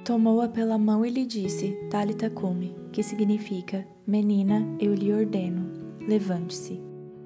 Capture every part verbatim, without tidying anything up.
Tomou-a pela mão e lhe disse, Talitha cumi, que significa, menina, eu lhe ordeno, levante-se.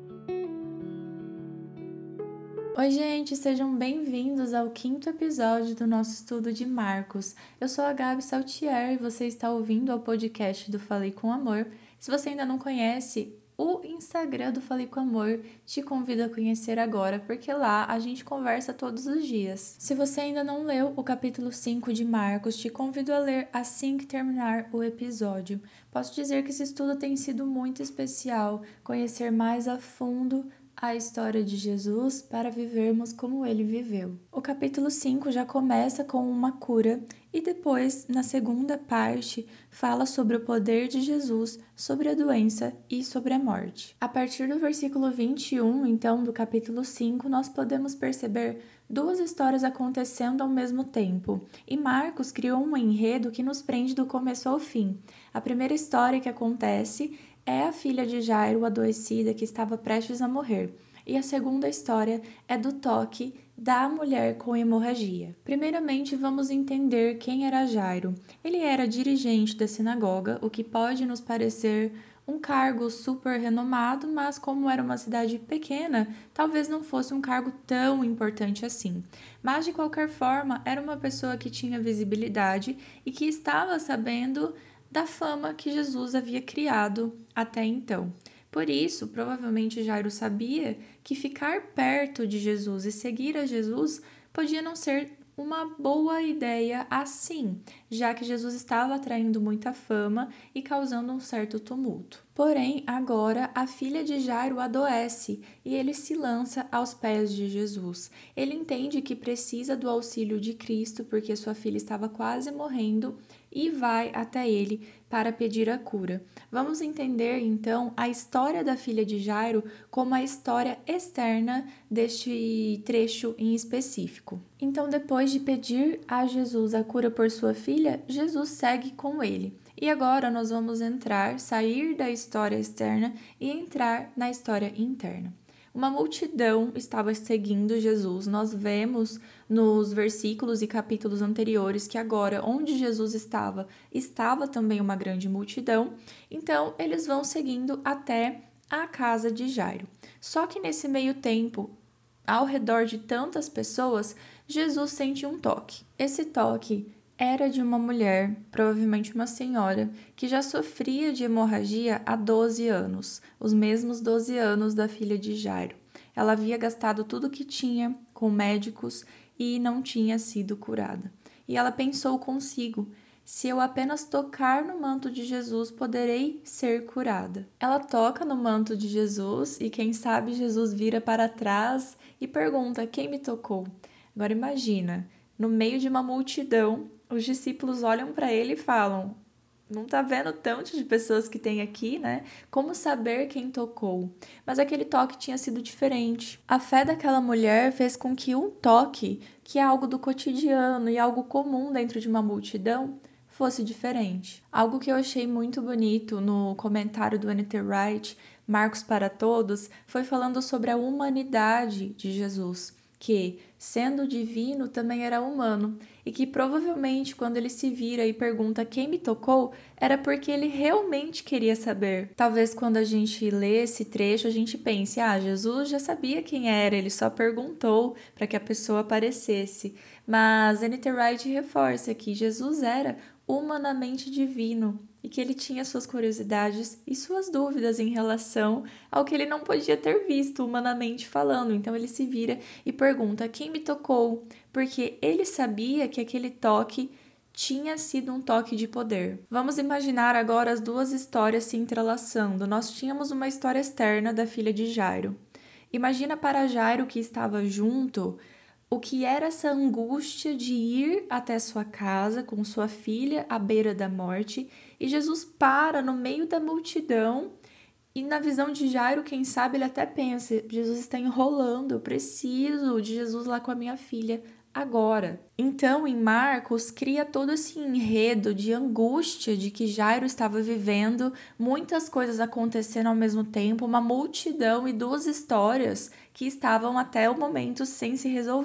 Oi gente, sejam bem-vindos ao quinto episódio do nosso estudo de Marcos. Eu sou a Gabi Saltier e você está ouvindo ao podcast do Falei com Amor. Se você ainda não conhece o Instagram do Falei com Amor, te convido a conhecer agora, porque lá a gente conversa todos os dias. Se você ainda não leu o capítulo cinco de Marcos, te convido a ler assim que terminar o episódio. Posso dizer que esse estudo tem sido muito especial, conhecer mais a fundo a história de Jesus para vivermos como ele viveu. O capítulo cinco já começa com uma cura e depois, na segunda parte, fala sobre o poder de Jesus sobre a doença e sobre a morte. A partir do versículo vinte e um, então, do capítulo cinco, nós podemos perceber duas histórias acontecendo ao mesmo tempo. E Marcos criou um enredo que nos prende do começo ao fim. A primeira história que acontece é a filha de Jairo adoecida que estava prestes a morrer. E a segunda história é do toque da mulher com hemorragia. Primeiramente, vamos entender quem era Jairo. Ele era dirigente da sinagoga, o que pode nos parecer um cargo super renomado, mas como era uma cidade pequena, talvez não fosse um cargo tão importante assim. Mas, de qualquer forma, era uma pessoa que tinha visibilidade e que estava sabendo da fama que Jesus havia criado até então. Por isso, provavelmente Jairo sabia que ficar perto de Jesus e seguir a Jesus podia não ser uma boa ideia assim, já que Jesus estava atraindo muita fama e causando um certo tumulto. Porém, agora a filha de Jairo adoece e ele se lança aos pés de Jesus. Ele entende que precisa do auxílio de Cristo porque sua filha estava quase morrendo e vai até ele para pedir a cura. Vamos entender, então, a história da filha de Jairo como a história externa deste trecho em específico. Então, depois de pedir a Jesus a cura por sua filha, Jesus segue com ele. E agora nós vamos entrar, sair da história externa e entrar na história interna. Uma multidão estava seguindo Jesus. Nós vemos nos versículos e capítulos anteriores que agora, onde Jesus estava, estava também uma grande multidão. Então, eles vão seguindo até a casa de Jairo. Só que nesse meio tempo, ao redor de tantas pessoas, Jesus sente um toque. Esse toque era de uma mulher, provavelmente uma senhora, que já sofria de hemorragia há doze anos, os mesmos doze anos da filha de Jairo. Ela havia gastado tudo o que tinha com médicos e não tinha sido curada. E ela pensou consigo, se eu apenas tocar no manto de Jesus, poderei ser curada. Ela toca no manto de Jesus e quem sabe Jesus vira para trás e pergunta, quem me tocou? Agora imagina, no meio de uma multidão, os discípulos olham para ele e falam, não tá vendo tanto de pessoas que tem aqui, né? Como saber quem tocou? Mas aquele toque tinha sido diferente. A fé daquela mulher fez com que um toque, que é algo do cotidiano e algo comum dentro de uma multidão, fosse diferente. Algo que eu achei muito bonito no comentário do N T Wright, Marcos para Todos, foi falando sobre a humanidade de Jesus, que, sendo divino, também era humano, e que provavelmente quando ele se vira e pergunta quem me tocou, era porque ele realmente queria saber. Talvez quando a gente lê esse trecho, a gente pense, ah, Jesus já sabia quem era, ele só perguntou para que a pessoa aparecesse. Mas N T Wright reforça que Jesus era humanamente divino e que ele tinha suas curiosidades e suas dúvidas em relação ao que ele não podia ter visto humanamente falando. Então ele se vira e pergunta quem me tocou, porque ele sabia que aquele toque tinha sido um toque de poder. Vamos imaginar agora as duas histórias se entrelaçando. Nós tínhamos uma história externa da filha de Jairo. Imagina para Jairo que estava junto o que era essa angústia de ir até sua casa com sua filha à beira da morte e Jesus para no meio da multidão e na visão de Jairo, quem sabe ele até pensa, Jesus está enrolando, eu preciso de Jesus lá com a minha filha agora. Então, em Marcos, cria todo esse enredo de angústia de que Jairo estava vivendo, muitas coisas acontecendo ao mesmo tempo, uma multidão e duas histórias que estavam até o momento sem se resolver.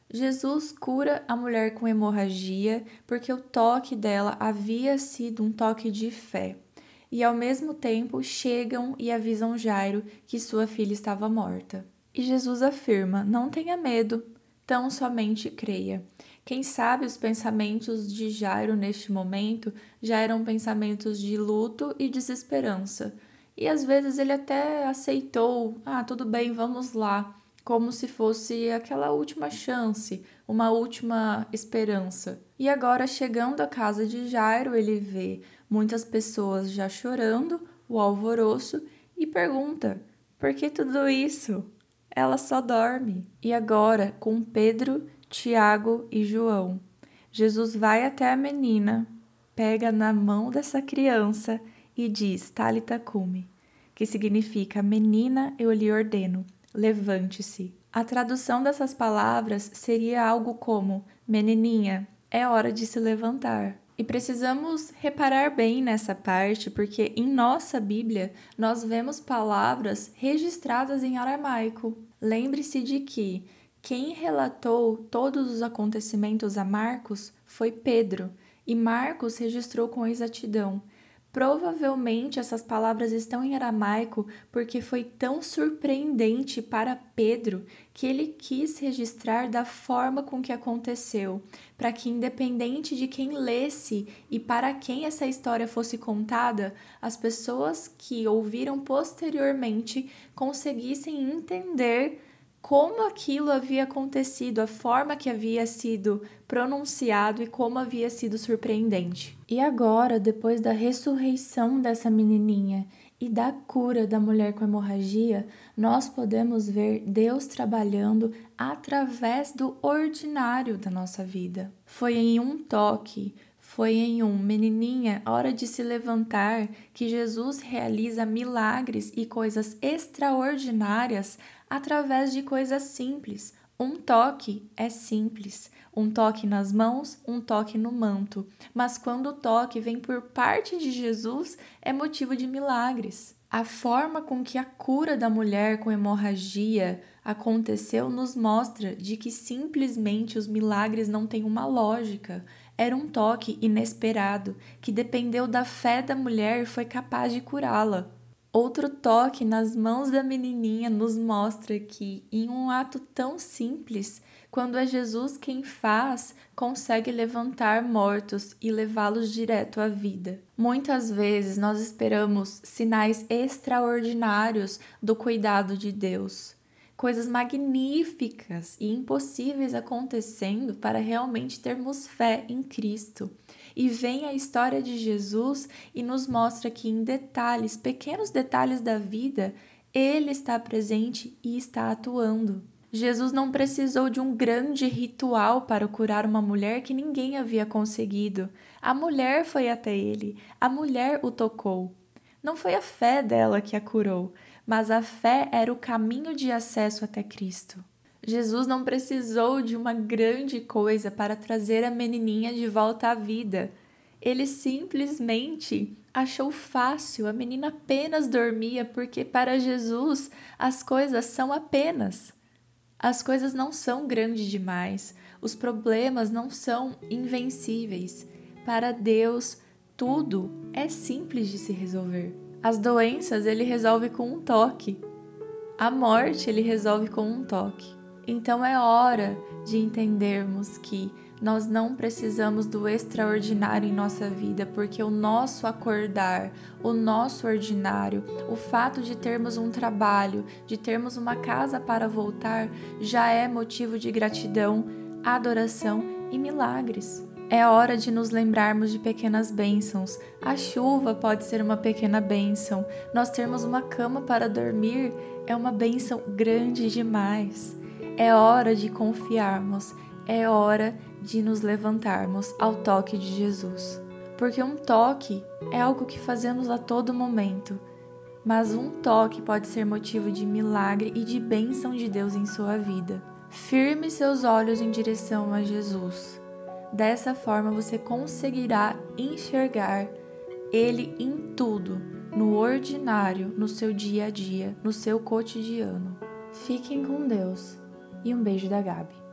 Jesus cura a mulher com hemorragia porque o toque dela havia sido um toque de fé. E ao mesmo tempo chegam e avisam Jairo que sua filha estava morta. E Jesus afirma: não tenha medo, tão somente creia. Quem sabe os pensamentos de Jairo neste momento já eram pensamentos de luto e desesperança. E às vezes ele até aceitou: ah, tudo bem, vamos lá, como se fosse aquela última chance, uma última esperança. E agora, chegando à casa de Jairo, ele vê muitas pessoas já chorando, o alvoroço, e pergunta: por que tudo isso? Ela só dorme. E agora, com Pedro, Tiago e João, Jesus vai até a menina, pega na mão dessa criança e diz: Talitha cumi, que significa: menina, eu lhe ordeno, levante-se. A tradução dessas palavras seria algo como: menininha, é hora de se levantar. E precisamos reparar bem nessa parte, porque em nossa Bíblia nós vemos palavras registradas em aramaico. Lembre-se de que quem relatou todos os acontecimentos a Marcos foi Pedro, e Marcos registrou com exatidão. Provavelmente essas palavras estão em aramaico porque foi tão surpreendente para Pedro que ele quis registrar da forma com que aconteceu, para que, independente de quem lesse e para quem essa história fosse contada, as pessoas que ouviram posteriormente conseguissem entender como aquilo havia acontecido, a forma que havia sido pronunciado e como havia sido surpreendente. E agora, depois da ressurreição dessa menininha e da cura da mulher com hemorragia, nós podemos ver Deus trabalhando através do ordinário da nossa vida. Foi em um toque, foi em um menininha, hora de se levantar, que Jesus realiza milagres e coisas extraordinárias através de coisas simples. Um toque é simples, um toque nas mãos, um toque no manto, mas quando o toque vem por parte de Jesus, é motivo de milagres. A forma com que a cura da mulher com hemorragia aconteceu nos mostra de que simplesmente os milagres não têm uma lógica. Era um toque inesperado, que dependeu da fé da mulher e foi capaz de curá-la. Outro toque nas mãos da menininha nos mostra que, em um ato tão simples, quando é Jesus quem faz, consegue levantar mortos e levá-los direto à vida. Muitas vezes nós esperamos sinais extraordinários do cuidado de Deus, coisas magníficas e impossíveis acontecendo para realmente termos fé em Cristo. E vem a história de Jesus e nos mostra que em detalhes, pequenos detalhes da vida, Ele está presente e está atuando. Jesus não precisou de um grande ritual para curar uma mulher que ninguém havia conseguido. A mulher foi até Ele, a mulher o tocou. Não foi a fé dela que a curou, mas a fé era o caminho de acesso até Cristo. Jesus não precisou de uma grande coisa para trazer a menininha de volta à vida. Ele simplesmente achou fácil, a menina apenas dormia, porque para Jesus as coisas são apenas. As coisas não são grandes demais, os problemas não são invencíveis. Para Deus, tudo é simples de se resolver. As doenças ele resolve com um toque. A morte ele resolve com um toque. Então é hora de entendermos que nós não precisamos do extraordinário em nossa vida, porque o nosso acordar, o nosso ordinário, o fato de termos um trabalho, de termos uma casa para voltar, já é motivo de gratidão, adoração e milagres. É hora de nos lembrarmos de pequenas bênçãos. A chuva pode ser uma pequena bênção. Nós termos uma cama para dormir é uma bênção grande demais. É hora de confiarmos, é hora de nos levantarmos ao toque de Jesus. Porque um toque é algo que fazemos a todo momento, mas um toque pode ser motivo de milagre e de bênção de Deus em sua vida. Firme seus olhos em direção a Jesus. Dessa forma você conseguirá enxergar Ele em tudo, no ordinário, no seu dia a dia, no seu cotidiano. Fiquem com Deus. E um beijo da Gabi.